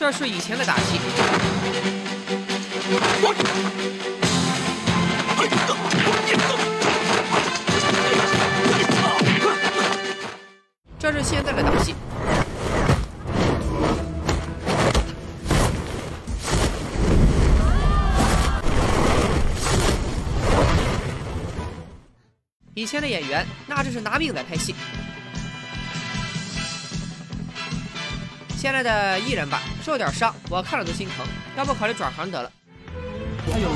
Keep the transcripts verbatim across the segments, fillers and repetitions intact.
这是以前的打戏。这是现在的打戏。以前的演员那真是拿命在拍戏。现在的艺人吧，受点伤我看了都心疼，要不考虑转行得了。他有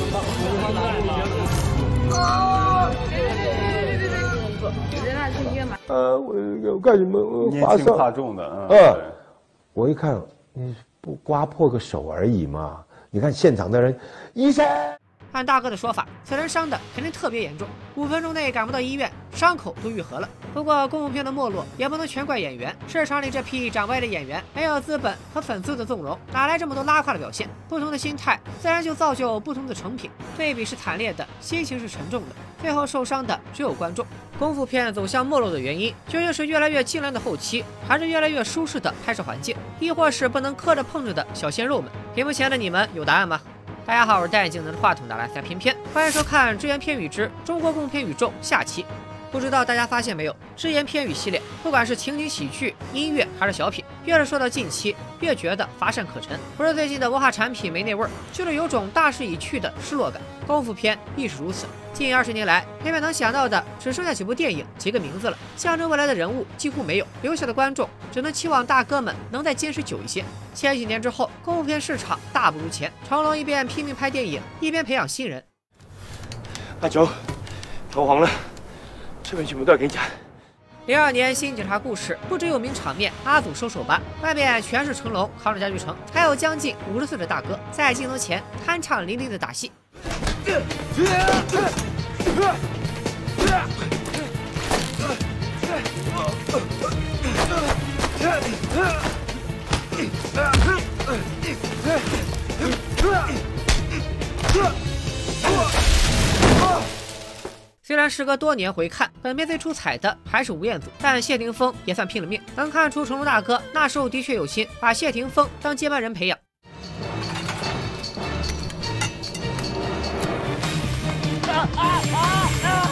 呃，我有干什么？我年轻怕重的，嗯， 呃，我一看，你不刮破个手而已嘛？你看现场的人，医生。 按大哥的说法，此人伤的肯定特别严重，五分钟内赶不到医院，伤口都愈合了。不过功夫片的没落也不能全怪演员，市场里这批长歪的演员没有资本和粉丝的纵容，哪来这么多拉胯的表现？不同的心态自然就造就不同的成品。对比是惨烈的，心情是沉重的，最后受伤的只有观众。功夫片走向没落的原因，究竟是越来越精良的后期，还是越来越舒适的拍摄环境，亦或是不能磕着碰着的小鲜肉们？屏幕前的你们有答案吗？大家好，我是戴眼镜拿着话筒的来三片片，欢迎收看《只言片语之中国共片宇宙》下期。不知道大家发现没有，只言片语系列，不管是情景喜剧、音乐还是小品，越是说到近期，越觉得乏善可陈。不是最近的文化产品没那味儿，就是有种大势已去的失落感。功夫片亦是如此。近二十年来，偏偏能想到的只剩下几部电影、几个名字了，象征未来的人物几乎没有，留下的观众只能期望大哥们能再坚持久一些。千禧年之后，功夫片市场大不如前，成龙一边拼命拍电影，一边培养新人。 阿九，投降了，这边全部都要给你讲。 零二年《新警察故事》不只有名场面阿祖收手吧，外面全是成龙扛着家具城，还有将近五十岁的大哥在镜头前酣畅淋漓的打戏。虽然时隔多年回看，本片最出彩的还是吴彦祖，但谢霆锋也算拼了命，能看出成龙大哥那时候的确有心把谢霆锋当接班人培养。啊啊啊啊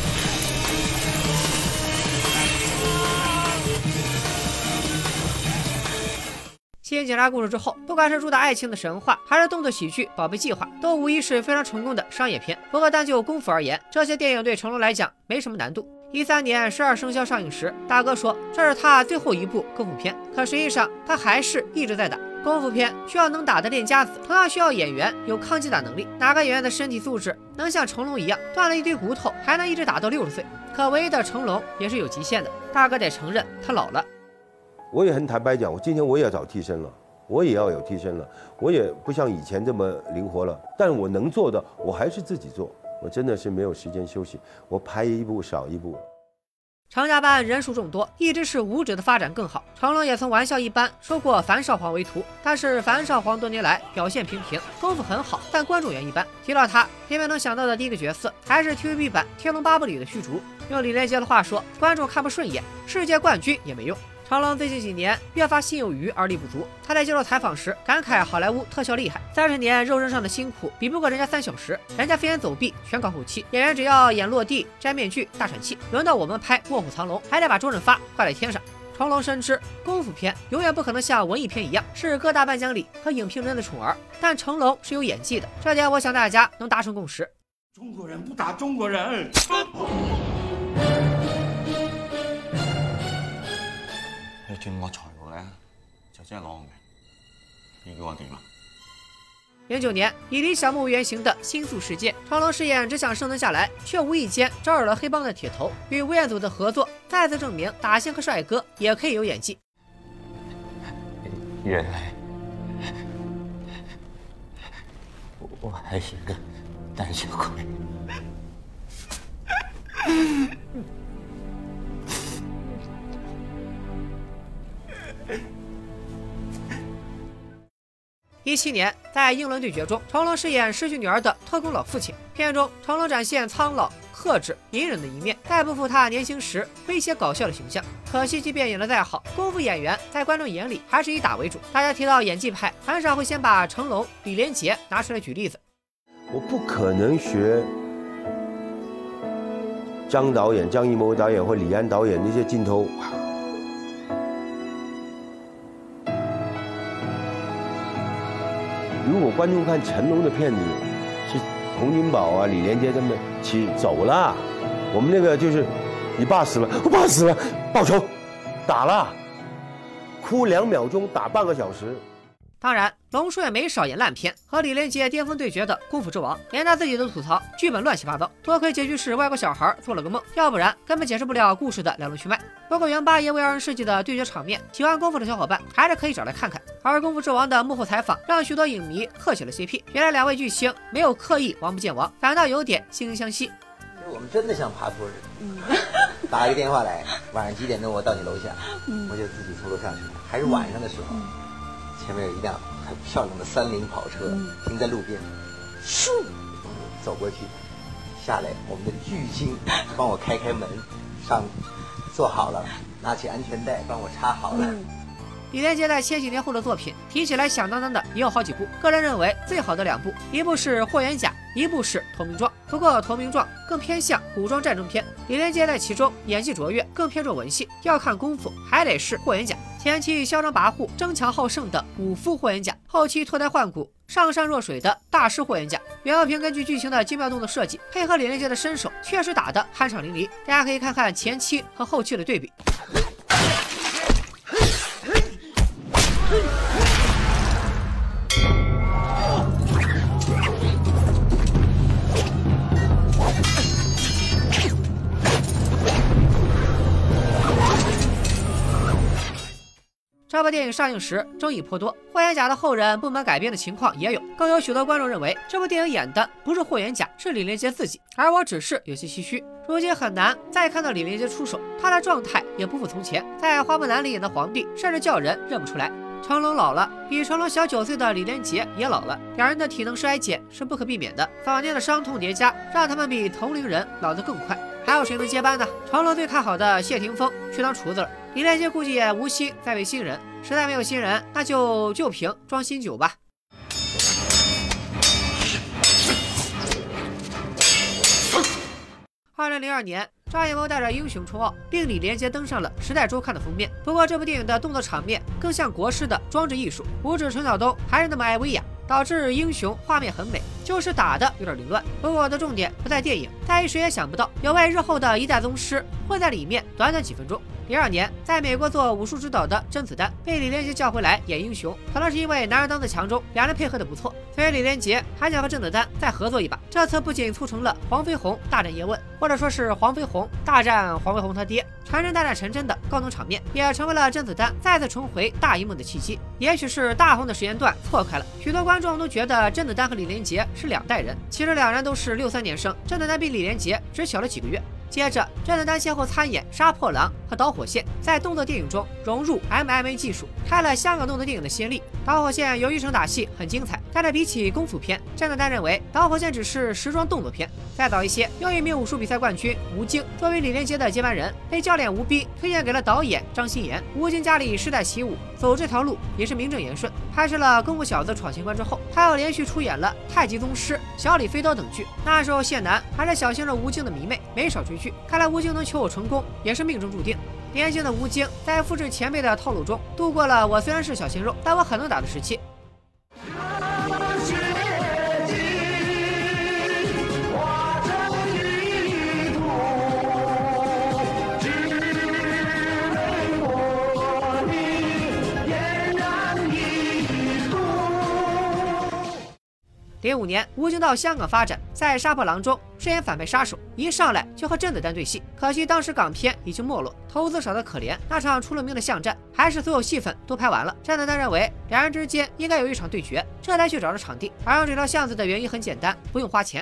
新警察故事之后，不管是主打爱情的神话，还是动作喜剧宝贝计划，都无疑是非常成功的商业片。不过单就功夫而言，这些电影对成龙来讲没什么难度。一三年《十二生肖》上映时，大哥说这是他最后一部功夫片，可实际上他还是一直在打。功夫片需要能打的练家子，同样需要演员有抗击打能力。哪个演员的身体素质能像成龙一样断了一堆骨头，还能一直打到六十岁？可唯一的成龙也是有极限的，大哥得承认他老了。 我也很坦白讲，我今天我也要找替身了，我也要有替身了，我也不像以前这么灵活了。但我能做的，我还是自己做。我真的是没有时间休息，我拍一部少一部。 长假班人数众多，一直是武指的发展更好。成龙也曾玩笑一般说过樊少皇为徒，但是樊少皇多年来表现平平，功夫很好，但观众缘一般。提到他，偏偏能想到的第一个角色还是 T V B 版《天龙八部》里的虚竹。用李连杰的话说，观众看不顺眼，世界冠军也没用。成龙最近几年越发心有余而力不足，他在接受采访时感慨好莱坞特效厉害，三十年肉身上的辛苦比不过人家三小时，人家飞檐走壁全靠后期，演员只要演落地、摘面具、大喘气，轮到我们拍卧虎藏龙还得把周润发挂在天上。成龙深知功夫片永远不可能像文艺片一样是各大颁奖礼和影评人的宠儿，但成龙是有演技的，这点我想大家能达成共识。 中国人不打中国人。 你斷我財路咧，就真係攞我命。你叫我點啊？ 零九年，以李小牧原型的新宿事件，成龙饰演只想生存下来，却无意间招惹了黑帮的铁头，与吴彦祖的合作再次证明打星和帅哥也可以有演技。 原來我還是個膽小鬼。一七年，在英伦对决中，成龙饰演失去女儿的特工老父亲。片中，成龙展现苍老、 克制、隐忍的一面，再不负他年轻时诙谐搞笑的形象。可惜，即便演得再好，功夫演员在观众眼里还是以打为主。大家提到演技派，很少会先把成龙、李连杰拿出来举例子。 我不可能学张导演、张艺谋导演或李安导演那些镜头。如果观众看成龙的片子，是洪金宝啊、李连杰他们起走了，我们那个就是你爸死了，我爸死了，报仇，打了，哭两秒钟，打半个小时。 当然，龙叔也没少演烂片，和李连杰巅峰对决的《功夫之王》，连他自己都吐槽剧本乱七八糟，多亏结局是外国小孩做了个梦，要不然根本解释不了故事的来龙去脉。不过袁八爷为二人设计的对决场面，喜欢功夫的小伙伴还是可以找来看看。而《功夫之王》的幕后采访让许多影迷嗑起了 C P， 原来两位巨星没有刻意王不见王，反倒有点惺惺相惜。 我们真的像爬坡似的，打一个电话来，晚上几点钟我到你楼下，我就自己从楼上去，还是晚上的时候。前面有一辆很漂亮的三菱跑车停在路边，咻走过去，下来我们的巨星帮我开开门，上坐好了，拿起安全带帮我插好了。 李连杰在千禧年后的作品提起来响当当的也有好几部，个人认为最好的两部，一部是《霍元甲》，一部是《投名状》。不过《投名状》更偏向古装战争片，李连杰在其中演技卓越，更偏重文戏。要看功夫，还得是霍元甲。前期嚣张跋扈、争强好胜的武夫霍元甲，后期脱胎换骨、上善若水的大师霍元甲。袁和平根据剧情的精妙动作设计，配合李连杰的身手，确实打得酣畅淋漓。大家可以看看前期和后期的对比。这部电影上映时争议颇多，霍元甲的后人不满改编的情况也有，更有许多观众认为这部电影演的不是霍元甲，是李连杰自己，而我只是有些唏嘘。如今很难再看到李连杰出手，他的状态也不复从前，在花木兰里演的皇帝，甚至叫人认不出来。成龙老了，比成龙小九岁的李连杰也老了，两人的体能衰减是不可避免的，早年的伤痛叠加，让他们比同龄人老得更快。还有谁能接班呢？成龙最看好的谢霆锋去当厨子了，李连杰估计也无心再为新人，实在没有新人，那就旧瓶装新酒吧。二零零二年，张艺谋带着《英雄》冲奥，令李连杰登上了《时代周刊》的封面。不过，这部电影的动作场面更像国师的装置艺术，五指陈晓东还是那么爱薇娅，导致《英雄》画面很美，就是打的有点凌乱。不过我的重点不在电影，在于谁也想不到，有位日后的一代宗师会在里面短短几分钟。零二年，在美国做武术指导的甄子丹被李连杰叫回来演英雄，可能是因为男儿当自强中，两人配合的不错，所以李连杰还想和甄子丹再合作一把。这次不仅促成了黄飞鸿大战叶问，或者说是黄飞鸿大战黄飞鸿他爹，陈真大战陈真的高能场面，也成为了甄子丹再次重回大荧幕的契机。也许是大红的时间段错开了，许多观众都觉得甄子丹和李连杰是两代人，其实两人都是六三年生，甄子丹比李连杰只小了几个月。接着，甄子丹先后参演《杀破狼》和《导火线》，在动作电影中融入 M M A 技术，开了香港动作电影的先例。《导火线》有一场打戏很精彩，但是比起功夫片，甄子丹认为《导火线》只是时装动作片。再早一些，有一名武术比赛冠军吴京作为李连杰的接班人，被教练吴斌推荐给了导演张鑫炎。吴京家里世代习武，走这条路也是名正言顺。拍摄了《功夫小子闯情关》之后，他又连续出演了《太极宗师》《小李飞刀》等剧。那时候谢楠还是小型着吴京的迷妹，没少追剧。看来吴京能求偶成功，也是命中注定。年轻的吴京在复制前辈的套路中，度过了我虽然是小鲜肉，但我很能打的时期。零五年，吴京到香港发展，在《杀破狼》中饰演反派杀手，一上来就和甄子丹对戏。可惜当时港片已经没落，投资少得可怜，那场出了名的巷战，还是所有戏份都拍完了。甄子丹认为两人之间应该有一场对决，这才去找了场地。而用这条巷子的原因很简单，不用花钱。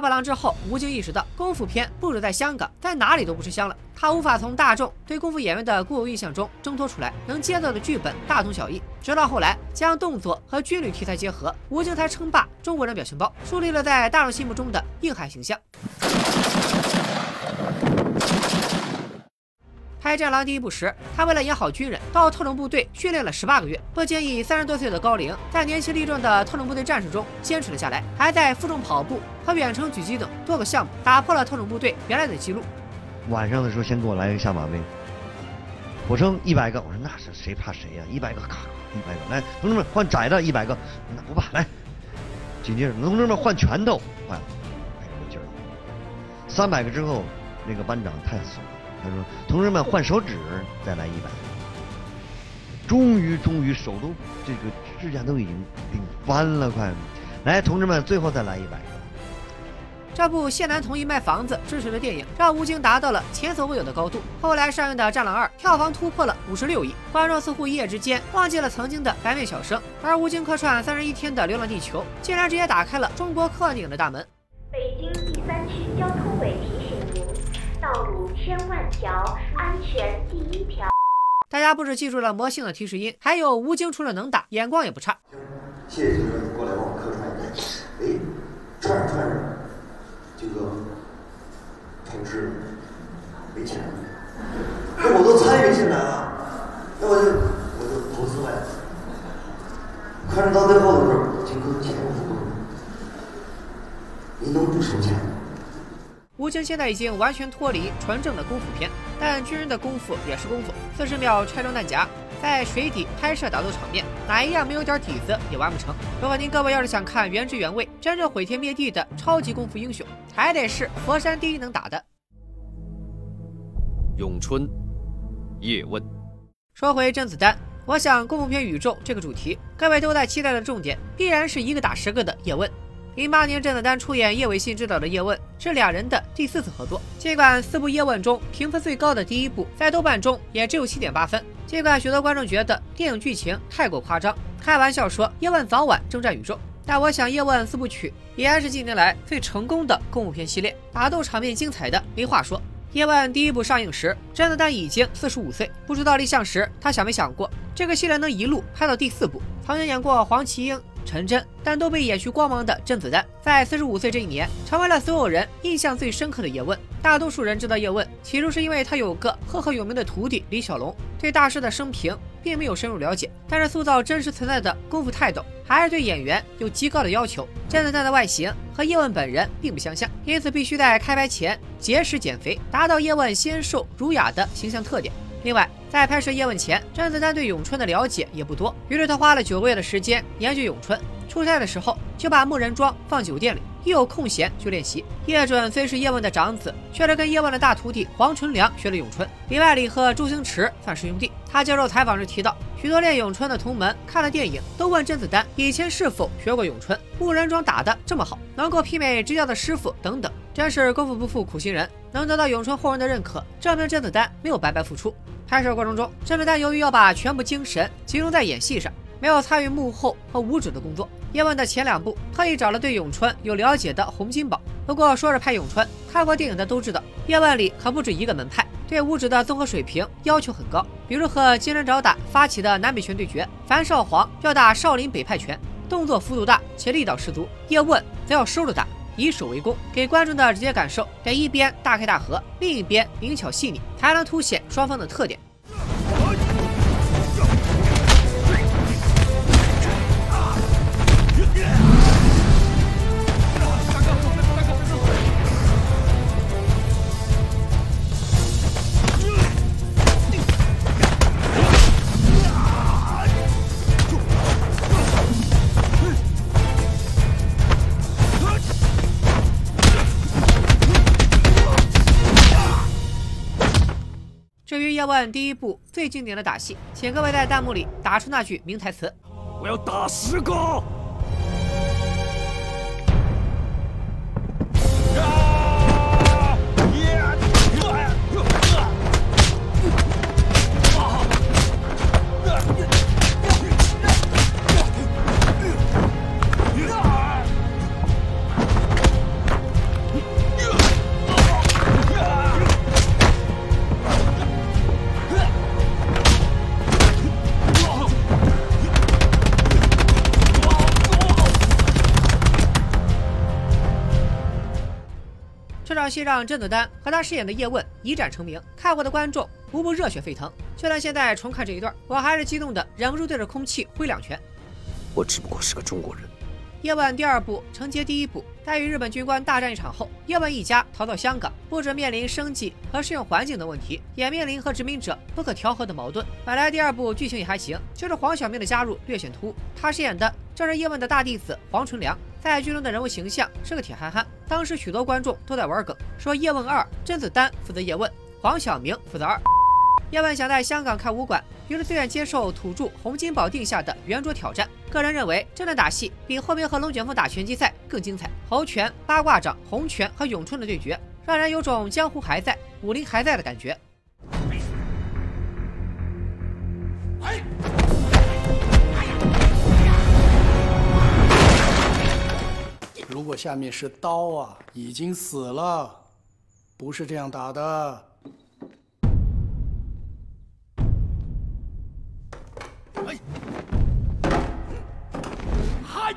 破狼之后，吴京意识到功夫片不止在香港，在哪里都不吃香了。他无法从大众对功夫演员的固有印象中挣脱出来，能接受的剧本大同小异。直到后来将动作和军旅题材结合，吴京才称霸中国人表情包，树立了在大众心目中的硬汉形象。拍《战狼》第一部时，他为了演好军人，到特种部队训练了十八个月，不仅以三十多岁的高龄，在年轻力壮的特种部队战士中坚持了下来，还在负重跑步和远程狙击等多个项目打破了特种部队原来的记录。 晚上的时候，先给我来一个下马威，我称一百个，我说那是谁怕谁呀、啊？一百个，咔，一百个，来，同志们换窄的，一百个，那不怕，来。紧接着，同志们换拳头，换，哎，有劲儿了。三百个之后，那个班长太损了。他说：“同志们换手指，再来一百。”终于，终于手都这个指甲都已经顶翻了，快！来，同志们，最后再来一百个。 这部谢楠同意卖房子支持的电影，让吴京达到了前所未有的高度。后来上映的《战狼二》票房突破了五十六亿，观众似乎一夜之间忘记了曾经的白面小生，而吴京客串三十一天的《流浪地球》，竟然直接打开了中国科幻电影的大门。 北京第三区交通委提醒您。道路千万条，安全第一条。 大家不止记住了魔性的提示音，还有吴京除了能打，眼光也不差。 谢谢金哥，你过来帮我客串一下。哎，串着串着，金哥，同志没钱了，那我都参与进来了，那我就我就投资呗。看着到最后的时候，金哥钱我不够，您能不收钱吗？ 吴京现在已经完全脱离纯正的功夫片，但军人的功夫也是功夫。四十秒拆装弹夹，在水底拍摄打斗场面，哪一样没有点底子也完不成。如果您各位要是想看原汁原味、真正毁天灭地的超级功夫英雄，还得是佛山第一能打的咏春叶问。 说回甄子丹，我想功夫片宇宙这个主题，各位都在期待的重点，必然是一个打十个的叶问。零八年，甄子丹出演叶伟信执导的《叶问》，是俩人的第四次合作。尽管四部《叶问》中评分最高的第一部在豆瓣中也只有 七点八 分，尽管许多观众觉得电影剧情太过夸张，开玩笑说叶问早晚征战宇宙，但我想叶问四部曲依然是近年来最成功的功夫片系列，打斗场面精彩的没话说。叶问第一部上映时，甄子丹已经四十五岁，不知道立项时他想没想过这个系列能一路拍到第四部。曾经演过黄麒英、陈真，但都被掩去光芒的甄子丹，在四十五岁这一年，成为了所有人印象最深刻的叶问。大多数人知道叶问，起初是因为他有个赫赫有名的徒弟李小龙，对大师的生平并没有深入了解。但是塑造真实存在的功夫泰斗，还是对演员有极高的要求。甄子丹的外形和叶问本人并不相像，因此必须在开拍前节食减肥，达到叶问纤瘦儒雅的形象特点。另外，在拍摄叶问前，甄子丹对咏春的了解也不多，于是他花了九个月的时间研究咏春。出差的时候就把木人桩放酒店里，一有空闲就练习。叶准虽是叶问的长子，却是跟叶问的大徒弟黄纯良学了咏春。李万里和周星驰算师兄弟。他接受采访时提到，许多练咏春的同门看了电影都问甄子丹以前是否学过咏春，木人桩打得这么好，能够媲美执教的师傅等等，真是功夫不负苦心人。能得到咏春后人的认可，证明甄子丹没有白白付出。拍摄过程中，甄子丹由于要把全部精神集中在演戏上，没有参与幕后和武指的工作。叶问的前两部特意找了对咏春有了解的洪金宝，不过说是拍咏春，看过电影的都知道，叶问里可不止一个门派，对武指的综合水平要求很高。比如和金人找打发起的南北拳对决，樊少皇要打少林北派拳，动作幅度大且力道十足，叶问则要收着打，以守为攻，给观众的直接感受得一边大开大合，另一边灵巧细腻，才能凸显双方的特点。至于叶问第一部最经典的打戏，请各位在弹幕里打出那句名台词： 我要打十个。 这场戏让甄子丹和他饰演的叶问一战成名，看过的观众无不热血沸腾。就算现在重看这一段，我还是激动的忍不住对着空气挥两拳。 我只不过是个中国人。 叶问第二部承接第一部，在与日本军官大战一场后，叶问一家逃到香港，不止面临生计和适应环境等问题，也面临和殖民者不可调和的矛盾。本来第二部剧情也还行，就是黄晓明的加入略显突兀。他饰演的正是叶问的大弟子黄纯良，在剧中的人物形象是个铁憨憨。当时许多观众都在玩梗，说叶问二甄子丹负责叶问，黄晓明负责二。叶问想在香港开武馆，于是自愿接受土著洪金宝定下的圆桌挑战。个人认为这段打戏比后面和龙卷风打拳击赛更精彩，猴拳、八卦掌、洪拳和咏春的对决，让人有种江湖还在，武林还在的感觉。 如果下面是刀啊，已经死了，不是这样打的。哎，嗨！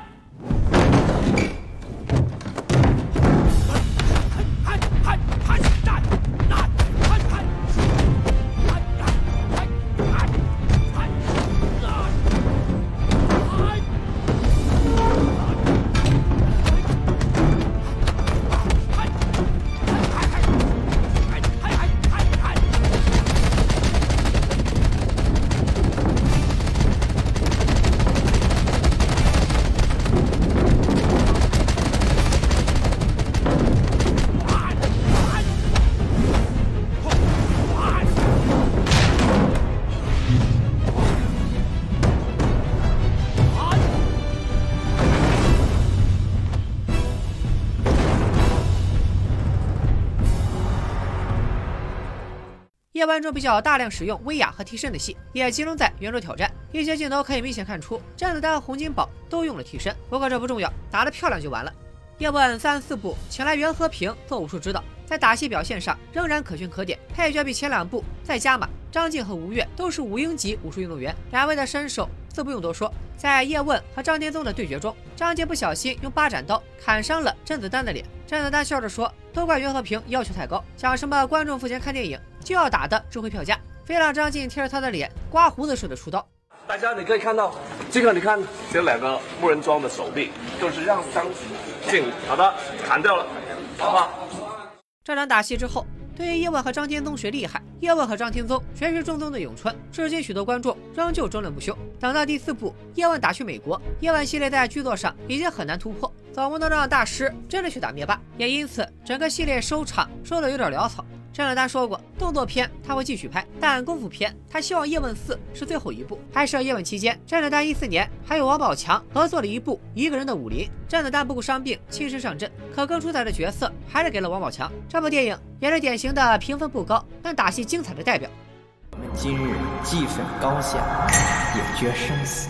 叶问中比较大量使用威亚和替身的戏，也集中在圆桌挑战。一些镜头可以明显看出，甄子丹和洪金宝都用了替身，不过这不重要，打得漂亮就完了。叶问三四部请来袁和平做武术指导，在打戏表现上仍然可圈可点，配角比前两部再加码。张晋和吴越都是五英级武术运动员，两位的身手自不用多说。在叶问和张天宗的对决中，张晋不小心用八斩刀砍伤了甄子丹的脸，甄子丹笑着说：“都怪袁和平要求太高，讲什么观众付钱看电影就要打的值回票价，非让张晋贴着他的脸刮胡子似的出刀。” 大家你可以看到，这个你看这两个木人桩的手臂，就是让张晋把它砍掉了，好吧？ 这场打戏之后，对于叶问和张天宗谁厉害，叶问和张天宗谁是正宗的咏春，至今许多观众仍旧争论不休。等到第四部叶问打去美国，叶问系列在剧作上已经很难突破，总不能让大师真的去打灭霸，也因此整个系列收场收的有点潦草。甄子丹说过，动作片他会继续拍，但功夫片他希望叶问四是最后一部。拍摄叶问期间，甄子丹一四年还有王宝强合作了一部一个人的武林，甄子丹不顾伤病亲身上阵，可更出彩的角色还是给了王宝强。这部电影也是典型的评分不高但打戏精彩的代表。 我们今日既分高下，也决生死。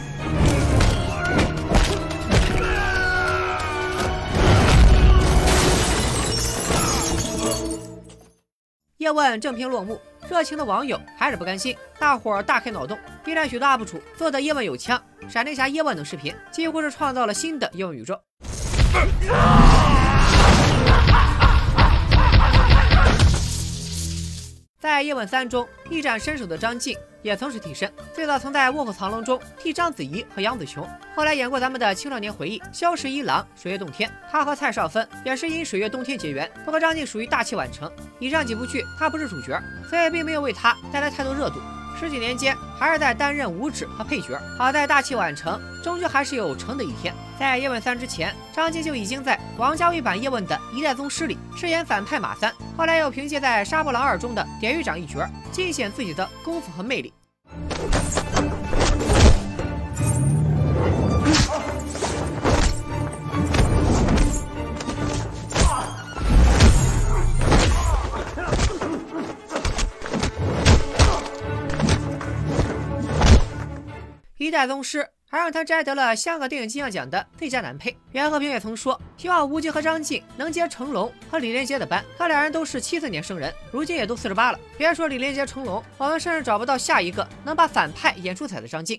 叶问正片落幕，热情的网友还是不甘心，大伙儿大开脑洞。B 站许多 U P 主做的叶问有枪、闪电侠叶问等视频，几乎是创造了新的叶问宇宙。在叶问三中，一展身手的张晋也曾是替身，最早曾在《卧虎藏龙》中替章子怡和杨紫琼，后来演过咱们的《青少年回忆》《萧十一郎》《水月洞天》，他和蔡少芬也是因《水月洞天》结缘。不过张晋属于大器晚成，以上几部剧他不是主角，所以并没有为他带来太多热度。十几年间还是在担任武指和配角，好在大器晚成，终究还是有成的一天。在叶问三之前，张晋就已经在王家卫版叶问的一代宗师里饰演反派马三，后来又凭借在杀破狼二中的典狱长一角，尽显自己的功夫和魅力。一代宗师还让他摘得了香港电影金像奖的最佳男配。袁和平也曾说，希望吴京和张晋能接成龙和李连杰的班，可两人都是七四年生人，如今也都四十八了。别说李连杰、成龙，我们甚至找不到下一个能把反派演出彩的张晋。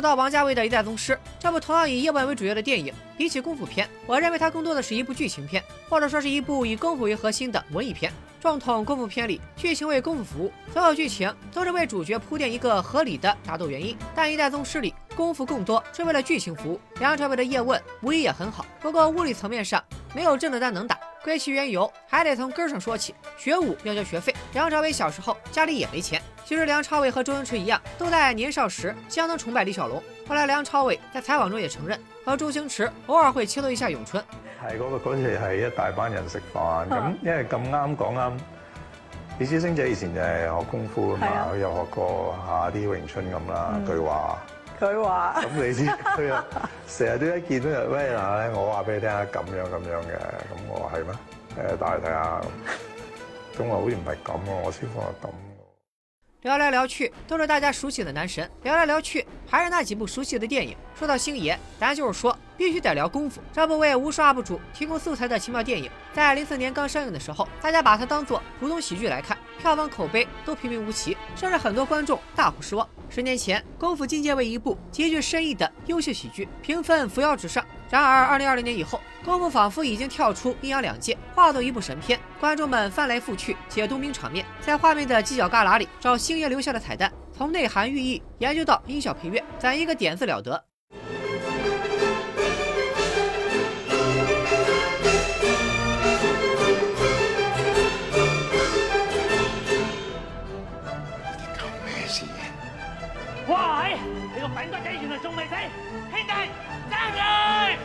到王家卫的《一代宗师》，这部同样以叶问为主角的电影，比起功夫片，我认为它更多的是一部剧情片，或者说是一部以功夫为核心的文艺片。正统功夫片里，剧情为功夫服务，所有剧情都是为主角铺垫一个合理的打斗原因。但《一代宗师》里，功夫更多是为了剧情服务。梁朝伟的叶问武艺也很好，不过物理层面上没有甄子丹能打。归其缘由，还得从根儿上说起。学武要交学费，梁朝伟小时候家里也没钱。其实梁朝伟和周星驰一样，都在年少时相当崇拜李小龙。后來梁朝偉在採訪中也承認，和周星馳偶爾會切到一下詠春。 係嗰個嗰時係一大班人食飯，咁因為咁啱講啱，李小星姐以前就係學功夫啊嘛，佢又學過下啲詠春咁啦，句話。佢話：咁你知佢啊，成日都一見到人喂嗱咧，我話俾你聽下咁樣咁樣嘅，咁我話係咩？誒，帶嚟睇下，咁我好似唔係咁喎，我師傅話咁。 聊来聊去都是大家熟悉的男神，聊来聊去还是那几部熟悉的电影。说到星爷，咱就是说必须得聊功夫。这部为无数 U P 主提供素材的奇妙电影，在零四年刚上映的时候，大家把它当作普通喜剧来看，票房口碑都平平无奇，甚至很多观众大呼失望。十年前，功夫进阶为一部极具深意的优秀喜剧，评分扶摇直上。然而，二零二零年以后，功夫仿佛已经跳出阴阳两界，化作一部神片。观众们翻来覆去解冬兵场面，在画面的犄角旮旯里找星爷留下的彩蛋，从内涵寓意研究到音效配乐，咱一个点子了得。 哇！你個粉骨仔原來仲未死，兄弟爭住！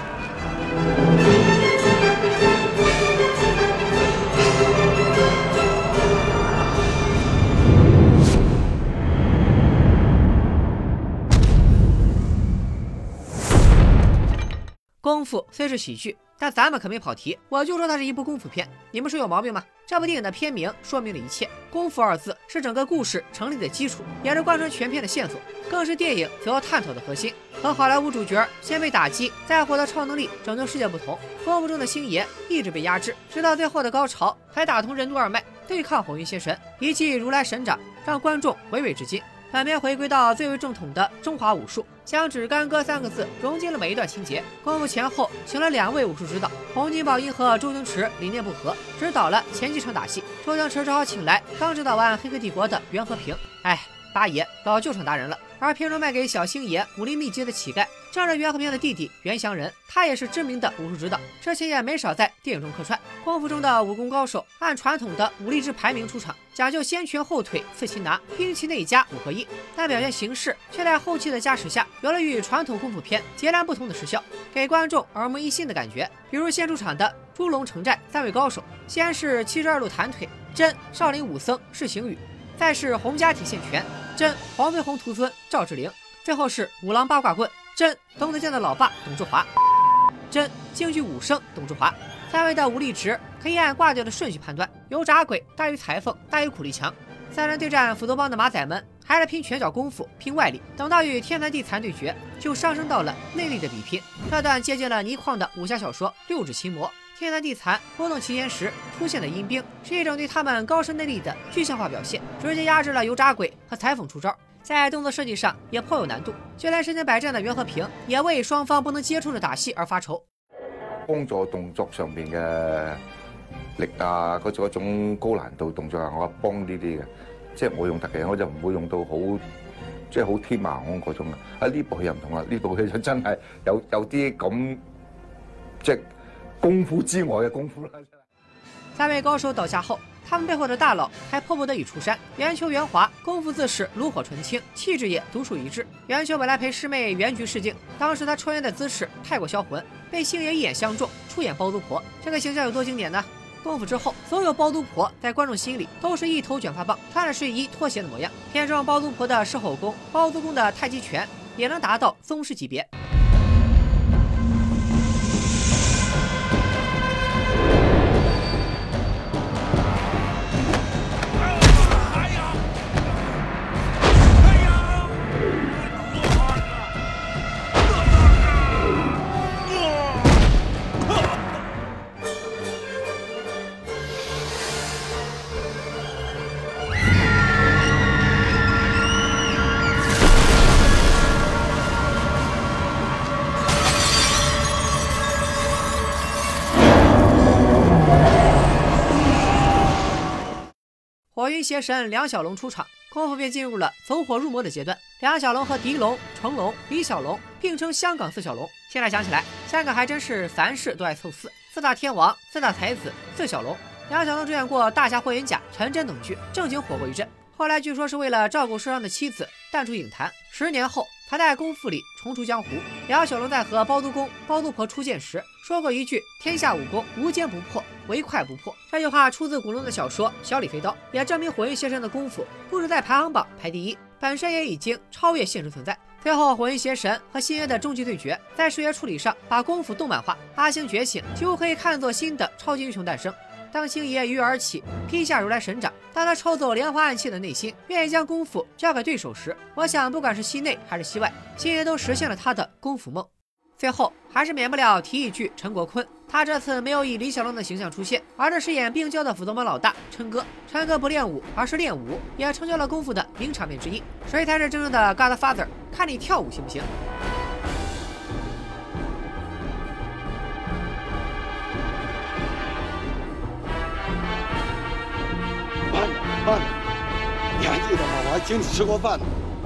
功夫虽是喜剧，但咱们可没跑题，我就说它是一部功夫片，你们说有毛病吗？这部电影的片名说明了一切，功夫二字是整个故事成立的基础，也是贯穿全片的线索，更是电影所要探讨的核心。和好莱坞主角先被打击，再获得超能力拯救世界不同，功夫中的星爷一直被压制，直到最后的高潮才打通任督二脉，对抗火云邪神，一记如来神掌，让观众娓娓至今。本片回归到最为正统的中华武术，将只干戈三个字融进了每一段情节。功夫前后请了两位武术指导，洪金宝因和周星驰理念不合，指导了前几场打戏，周星驰只好请来刚指导完《黑客帝国》的袁和平。哎，八爷老救场达人了。而片中卖给小星爷武林秘籍的乞丐，正是袁和平的弟弟袁祥仁，他也是知名的武术指导，之前也没少在电影中客串。功夫中的武功高手按传统的武力值排名出场，讲究先拳后腿刺擒拿，兵器内家五合一，但表现形式却在后期的加持下，有了与传统功夫片截然不同的时效，给观众耳目一新的感觉。比如先出场的猪龙城寨三位高手，先是七十二路弹腿，真少林武僧释行宇，再是洪家铁线拳，真黄飞鸿徒孙赵志凌，最后是五郎八卦棍，真董子健的老爸董志华，真京剧武生董志华。三位的武力值可以按挂掉的顺序判断，油炸鬼大于裁缝，大于苦力强。三人对战斧头帮的马仔们，还是拼拳脚功夫，拼外力。等到与天残地残对决，就上升到了内力的比拼。这段接近了倪匡的武侠小说《六指琴魔》。天残地残波动齐天时出现的阴兵，是一种对他们高深内力的具象化表现，直接压制了油炸鬼和裁缝出招。在动作设计上也颇有难度，就连身经百战的袁和平也为双方不能接触的打戲而發愁。 幫助動作上邊嘅力啊，嗰嗰種高難度動作啊，我幫呢啲嘅，即係我用特技，我就唔會用到好即係好天馬行空嗰種啊。啊呢部戲又唔同啦，呢部戲就真係有有啲咁即係功夫之外嘅功夫啦。 三位高手倒下后，他们背后的大佬还迫不得已出山。袁秋、袁华功夫自是炉火纯青，气质也独树一帜。袁秋本来陪师妹袁菊试镜，当时他抽烟的姿势太过销魂，被星爷一眼相中，出演包租婆。这个形象有多经典呢？功夫之后，所有包租婆在观众心里都是一头卷发棒，穿着睡衣拖鞋的模样。片中包租婆的狮吼功、包租公的太极拳也能达到宗师级别。 火云邪神梁小龙出场，功夫便进入了走火入魔的阶段。梁小龙和狄龙、成龙、李小龙并称香港四小龙。现在想起来，香港还真是凡事都爱凑四，四大天王、四大才子、四小龙。梁小龙主演过《大侠霍元甲》《陈真》等剧，正经火过一阵。后来据说是为了照顾受伤的妻子淡出影坛。十年后，他在功夫里重出江湖。梁小龙在和包租公包租婆初见时说过一句：“天下武功无坚不破，唯快不破。”这句话出自古龙的小说《小李飞刀》，也证明火云邪神的功夫不止在排行榜排第一，本身也已经超越现实存在。最后，火云邪神和星爷的终极对决，在视觉处理上把功夫动漫化，阿星觉醒几乎可以看作新的超级英雄诞生。当星爷一跃而起，劈下如来神掌，当他抽走莲花暗器的内心，愿意将功夫交给对手时，我想不管是戏内还是戏外，星爷都实现了他的功夫梦。最后还是免不了提一句陈国坤，他这次没有以李小龙的形象出现，而是饰演病娇的斧头帮老大琛哥。琛哥不练武，而是练武，也成就了功夫的名场面之一。谁才是真正的 Godfather？ 看你跳舞行不行？ 慢点，慢点，你还记得吗？我还请你吃过饭呢。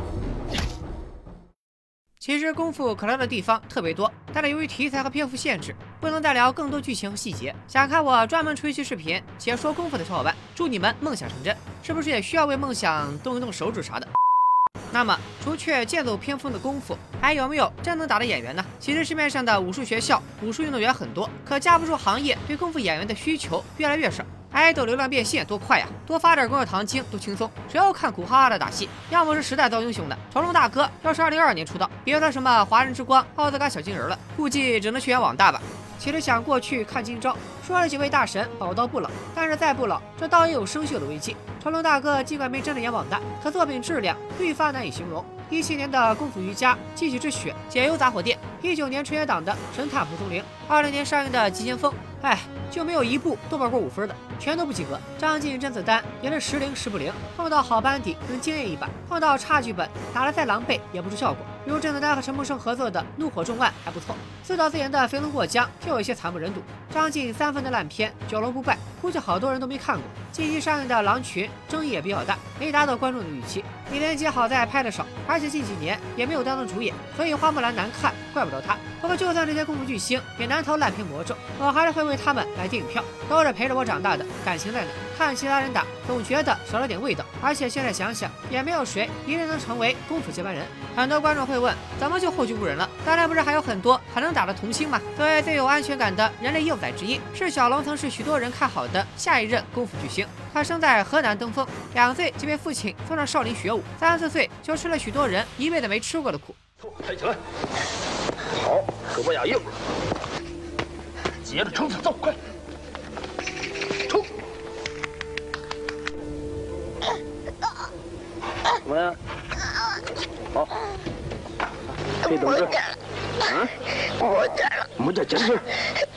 其实功夫可聊的地方特别多，但是由于题材和篇幅限制，不能再聊更多剧情和细节。想看我专门出一期视频解说功夫的小伙伴，祝你们梦想成真！是不是也需要为梦想动一动手指啥的？那么，除却剑走偏锋的功夫，还有没有真能打的演员呢？其实市面上的武术学校、武术运动员很多，可架不住行业对功夫演员的需求越来越少。爱豆流量变现多快呀！多发点《光耀堂经》多轻松，谁要看苦哈哈的打戏？要么是时代造英雄的成龙大哥，要是二零二二年出道，别说什么华人之光、奥斯卡小金人了，估计只能去演网大吧。其实想过去看今朝，说了几位大神宝刀不老，但是再不老，这刀也有生锈的危机。成龙大哥尽管没真的演网大，可作品质量愈发难以形容。一七年的《功夫瑜伽》《继续之血》《解忧杂货店》，一九年春节档的《神探蒲松龄》，二零年上映的《急先锋》，哎，就没有一部豆瓣过五分的，全都不及格。张晋、甄子丹也是时灵时不灵，碰到好班底能惊艳一把，碰到差剧本打得再狼狈也不出效果。比如甄子丹和陈木胜合作的《怒火重案》还不错，自导自演的《飞龙过江》就有一些惨不忍睹。张晋三分的烂片《九龙不败》，估计好多人都没看过。近期上映的《狼群》争议也比较大，没达到观众的预期。李连杰好在拍的少，而且近几年也没有担当主演，所以花木兰难看怪不着他。不过就算这些功夫巨星也难逃烂片魔咒，我还是会为他们买电影票。都是陪着我长大的，感情在哪？看其他人打总觉得少了点味道，而且现在想想也没有谁一定能成为功夫接班人。很多观众会问，怎么就后继无人了？当然不是还有很多很能打的童星吗？作为最有安全感的人类幼崽之一，释小龙曾是许多人看好的下一任功夫巨星。他生在河南登封，两岁就被父亲送上少林学武，三四岁就吃了许多人一辈子没吃过的苦。 抬起来，好，胳膊压硬了，接着冲刺，走，快，冲！怎么样？好，可以等着。嗯，我这了，我这真是。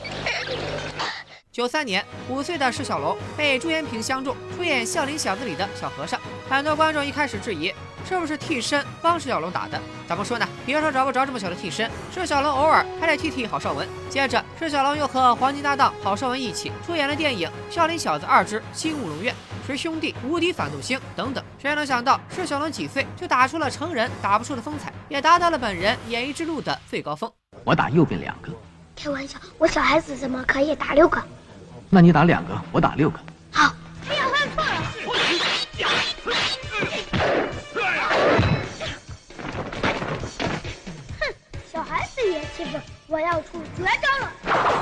九三年，五岁的释小龙被朱延平相中，出演《笑林小子》里的小和尚。很多观众一开始质疑，是不是替身帮释小龙打的？怎么说呢？别说找不着这么小的替身，释小龙偶尔还得替替郝邵文。接着，释小龙又和黄金搭档郝邵文一起出演了电影《笑林小子二之新乌龙院》，是兄弟、无敌反斗星等等。谁能想到释小龙几岁就打出了成人打不出的风采，也达到了本人演艺之路的最高峰。 我打右边两个。 开玩笑，我小孩子怎么可以打六个？ 那你打两个，我打六个。 好。哎呀，犯错了。哼，小孩子也欺负，我要出绝招了。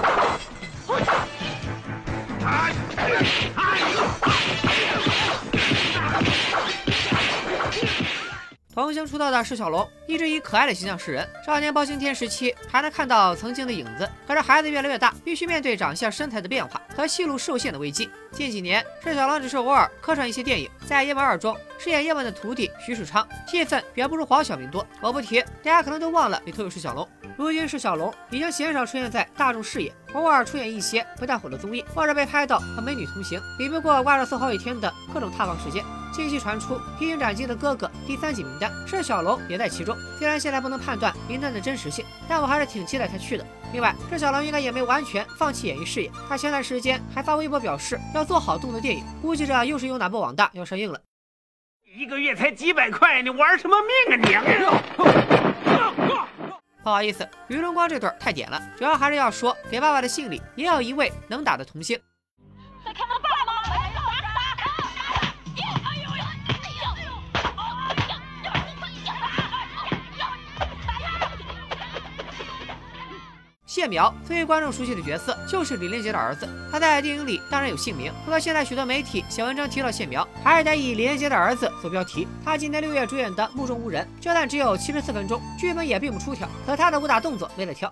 童星出道的释小龙一直以可爱的形象示人，少年包青天时期还能看到曾经的影子。可是孩子越来越大，必须面对长相身材的变化和戏路受限的危机。近几年，释小龙只是偶尔客串一些电影，在《叶问二》中饰演叶问的徒弟徐世昌，戏份远不如黄晓明多。我不提，大家可能都忘了里头有释小龙。如今释小龙已经鲜少出现在大众视野，偶尔出演一些不太火的综艺，或者被拍到和美女同行，比不过挂着搜好几天的各种塌房事件。近期传出《披荆斩棘的哥哥》第三季名单，释小龙也在其中。虽然现在不能判断名单的真实性， 但我还是挺期待他去的。另外，这小龙应该也没完全放弃演艺事业，他前段时间还发微博表示要做好动作电影，估计着又是有哪部网大要上映了。 一个月才几百块，你玩什么命啊娘啊！ 不好意思，于荣光这段太点了，主要还是要说，给爸爸的信里也有一位能打的童星。 在看到爸爸吗？ 谢苗最为观众熟悉的角色就是李连杰的儿子，他在电影里当然有姓名，不过现在许多媒体写文章提到谢苗，还是得以李连杰的儿子做标题。他今年六月主演的《目中无人》，这段只有七十四分钟，剧本也并不出挑，可他的武打动作没得挑。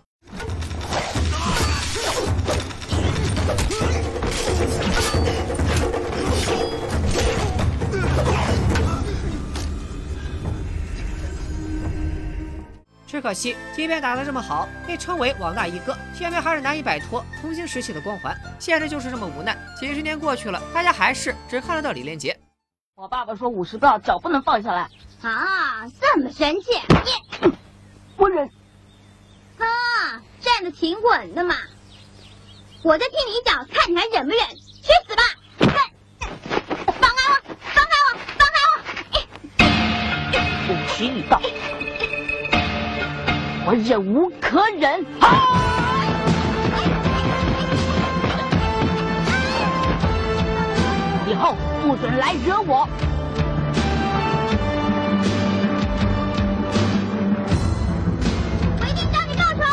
只可惜，即便打得这么好，被称为网大一哥，谢苗还是难以摆脱童星时期的光环。现实就是这么无奈，几十年过去了，大家还是只看得到李连杰。 我爸爸说五十个脚不能放下来啊，这么神气， 你我忍啊，站得挺稳的嘛。我再踢你一脚，看你还忍不忍？去死吧！放开我！放开我！放开我！ 武奇一到。我忍无可忍！啊！以后不准来惹我！ 我一定向你报仇！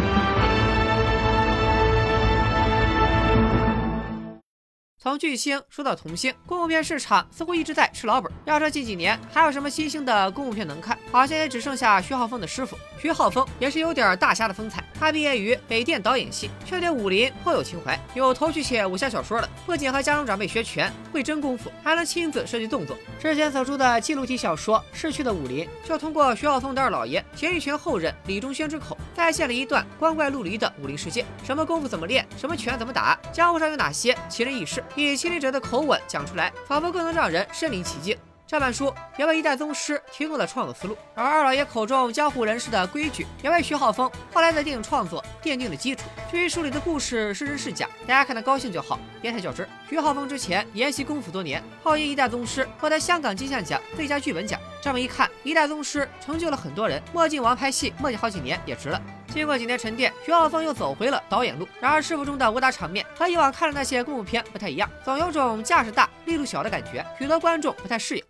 从巨星说到童星，公路片市场似乎一直在吃老本。要说近几年还有什么新兴的公路片能看，好像也只剩下徐浩峰的师傅。徐浩峰也是有点大侠的风采，他毕业于北电导演系，却对武林颇有情怀，有头去写武侠小说的，不仅和家中长辈学拳，会真功夫，还能亲自设计动作。之前所出的纪录体小说《逝去的武林》，就通过徐浩峰的二老爷钱玉泉后人李忠轩之口，再现了一段光怪陆离的武林世界，什么功夫怎么练，什么拳怎么打，江湖上有哪些奇人异事，以亲历者的口吻讲出来，仿佛更能让人身临其境。这本书也为一代宗师提供了创作思路，而二老爷口中江湖人士的规矩，也为徐浩峰后来的电影创作奠定了基础。至于书里的故事是真是假，大家看得高兴就好，别太较真。徐浩峰之前研习功夫多年，后因一代宗师获得香港金像奖最佳剧本奖。这么一看，一代宗师成就了很多人，墨镜王拍戏墨迹好几年也值了。经过几年沉淀，徐浩峰又走回了导演路。然而师傅中的武打场面和以往看的那些功夫片不太一样，总有种架势大力度小的感觉，许多观众不太适应。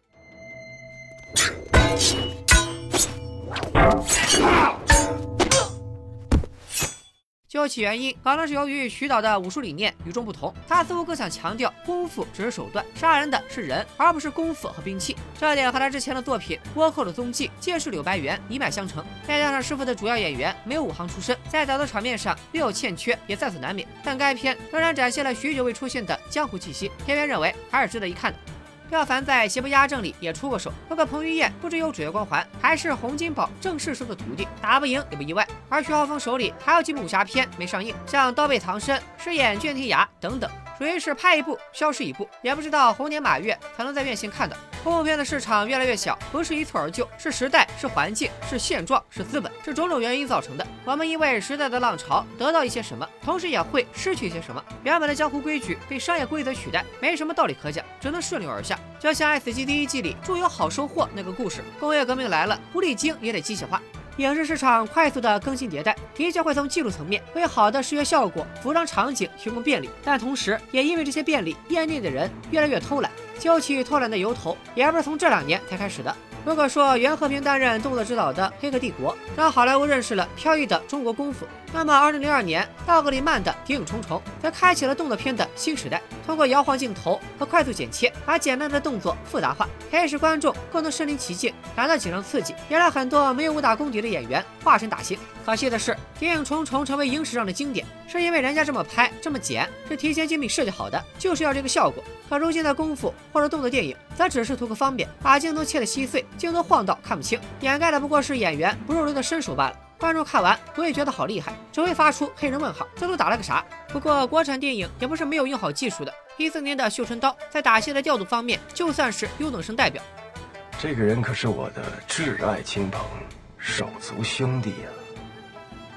究其原因，可能是由于徐导的武术理念与众不同，他似乎更想强调功夫只是手段，杀人的是人，而不是功夫和兵器。这点和他之前的作品《倭寇的踪迹》《剑士柳白猿》一脉相承。再加上师傅的主要演员没有武行出身，在打斗场面上略有欠缺，也在所难免。但该片仍然展现了许久未出现的江湖气息，片片认为还是值得一看的。廖凡在《邪不压正》里也出过手，不过彭于晏不只有主角光环，还是洪金宝正式收的徒弟，打不赢也不意外。而徐浩峰手里还有几部武侠片没上映，像《刀背藏身》《饰演卷天涯》等等，属于是拍一部消失一部，也不知道猴年马月才能在院线看到。公路片的市场越来越小，不是一蹴而就，是时代，是环境，是现状，是资本，是种种原因造成的。我们因为时代的浪潮得到一些什么，同时也会失去一些什么。原本的江湖规矩被商业规则取代，没什么道理可讲，只能顺流而下。就像《爱死机》第一季里祝有好收获那个故事，工业革命来了，狐狸精也得机械化。影视市场快速的更新迭代，的确会从技术层面为好的视觉效果、服装场景提供便利，但同时也因为这些便利，业内的人越来越偷懒。究其偷懒的由头，也不是从这两年才开始的。如果说袁和平担任动作指导的《黑客帝国》让好莱坞认识了飘逸的中国功夫，那么二零零二年道格里曼的《谍影重重》则开启了动作片的新时代。通过摇晃镜头和快速剪切，把简单的动作复杂化，可以使观众更能身临其境，感到紧张刺激，也让很多没有武打功底的演员化身打星。可惜的是，《谍影重重》成为影史上的经典，是因为人家这么拍这么剪，是提前精密设计好的，就是要这个效果。可如今的功夫或者动作电影，则只是图个方便，把镜头切得稀碎，镜头晃到看不清，掩盖的不过是演员不入流的身手罢了。观众看完不会觉得好厉害，只会发出黑人问号，这都打了个啥？不过国产电影也不是没有用好技术的，一四年的《绣春刀》在打戏的调度方面就算是优等生代表。 这个人可是我的挚爱亲朋，手足兄弟呀、啊。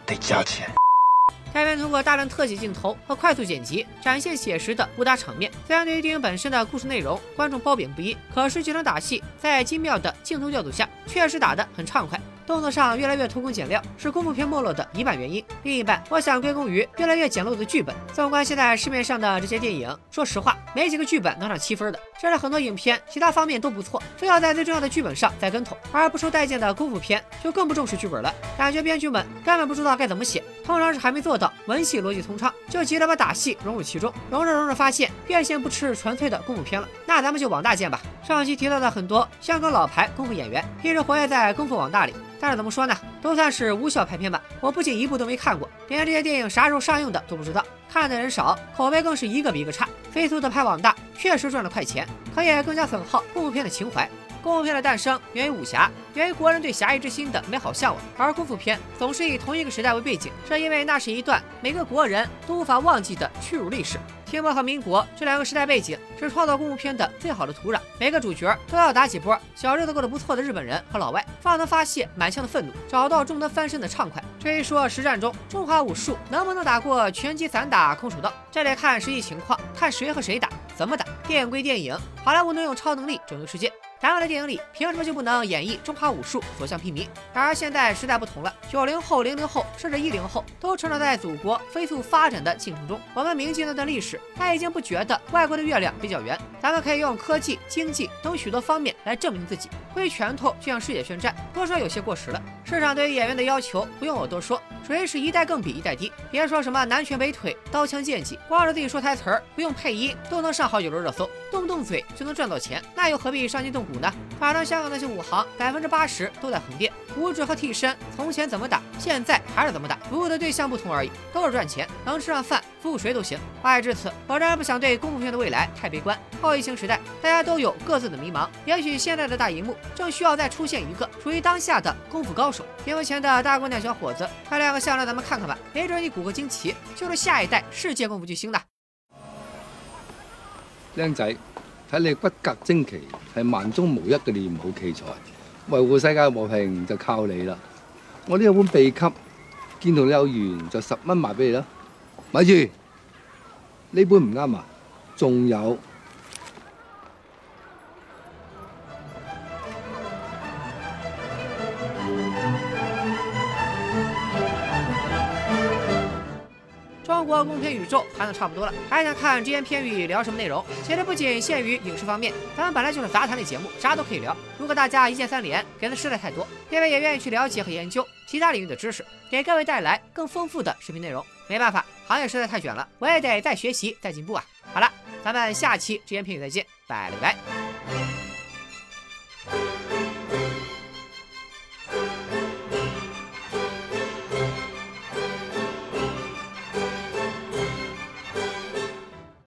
得加钱。 该片通过大量特写镜头和快速剪辑，展现写实的武打场面。虽然对于电影本身的故事内容，观众褒贬不一，可是这场打戏在精妙的镜头调度下，确实打得很畅快。动作上越来越偷工减料，是功夫片没落的一半原因。另一半，我想归功于越来越简陋的剧本。纵观现在市面上的这些电影，说实话，没几个剧本能上七分的。甚至很多影片其他方面都不错，非要在最重要的剧本上栽跟头。而不受待见的功夫片就更不重视剧本了，感觉编剧们根本不知道该怎么写，通常是还没做到文戏逻辑通畅，就急着把打戏融入其中，融着融着发现院线不吃纯粹的功夫片了，那咱们就网大见吧。上期提到的很多香港老牌功夫演员，一直活跃在功夫网大里。但是怎么说呢，都算是无效排片吧。我不仅一部都没看过，连这些电影啥时候上映的都不知道，看的人少，口碑更是一个比一个差。飞速的拍网大确实赚了快钱，可也更加损耗功夫片的情怀。功夫片的诞生源于武侠，源于国人对侠义之心的美好向往，而功夫片总是以同一个时代为背景，这因为那是一段每个国人都无法忘记的屈辱历史。清末和民国这两个时代背景是创造功夫片的最好的土壤，每个主角都要打几波小日子过得不错的日本人和老外，方能发泄满腔的愤怒，找到终能翻身的畅快。至于说实战中中华武术能不能打过拳击、散打、空手道，这得看实际情况，看谁和谁打，怎么打。电影归电影，好莱坞能用超能力拯救世界，咱们的电影里凭什么就不能演绎中华武术所向披靡？然而现在时代不同了，九零后、零零后甚至一零后都成长在祖国飞速发展的进程中。我们铭记那段历史，但已经不觉得外国的月亮比较圆。咱们可以用科技、经济等许多方面来证明自己，挥拳头就向世界宣战，多少有些过时了。市场对于演员的要求不用我多说，属于是一代更比一代低。别说什么南拳北腿、刀枪剑戟，光是自己说台词儿，不用配音都能上好几轮热搜，动动嘴就能赚到钱，那又何必伤筋动骨呢？反正香港那些武行百分之八十都在横店，武指和替身从前怎么打，现在还是怎么打，服务的对象不同而已，都是赚钱，能吃上饭服务谁都行。话已至此，我仍然不想对功夫片的未来太悲观。后疫情时代，大家都有各自的迷茫，也许现在的大荧幕正需要再出现一个属于当下的功夫高手。屏幕前的大姑娘小伙子，快亮个相让咱们看看吧，没准你鼓个惊奇，就是下一代世界功夫巨星呢。 靚仔，睇你骨骼精奇，係萬中無一嘅練武奇才，維護世界和平就靠你啦。我呢有本秘笈，見到你有緣就十蚊賣俾你啦。咪住，呢本唔啱啊，仲有。 中国功夫片宇宙谈的差不多了，还想看只言片语聊什么内容？其实不仅限于影视方面，咱们本来就是杂谈类节目，啥都可以聊。如果大家一键三连，给的实在太多，列位也愿意去了解和研究其他领域的知识，给各位带来更丰富的视频内容。没办法，行业实在太卷了，我也得再学习再进步啊！好了，咱们下期只言片语再见，拜了拜。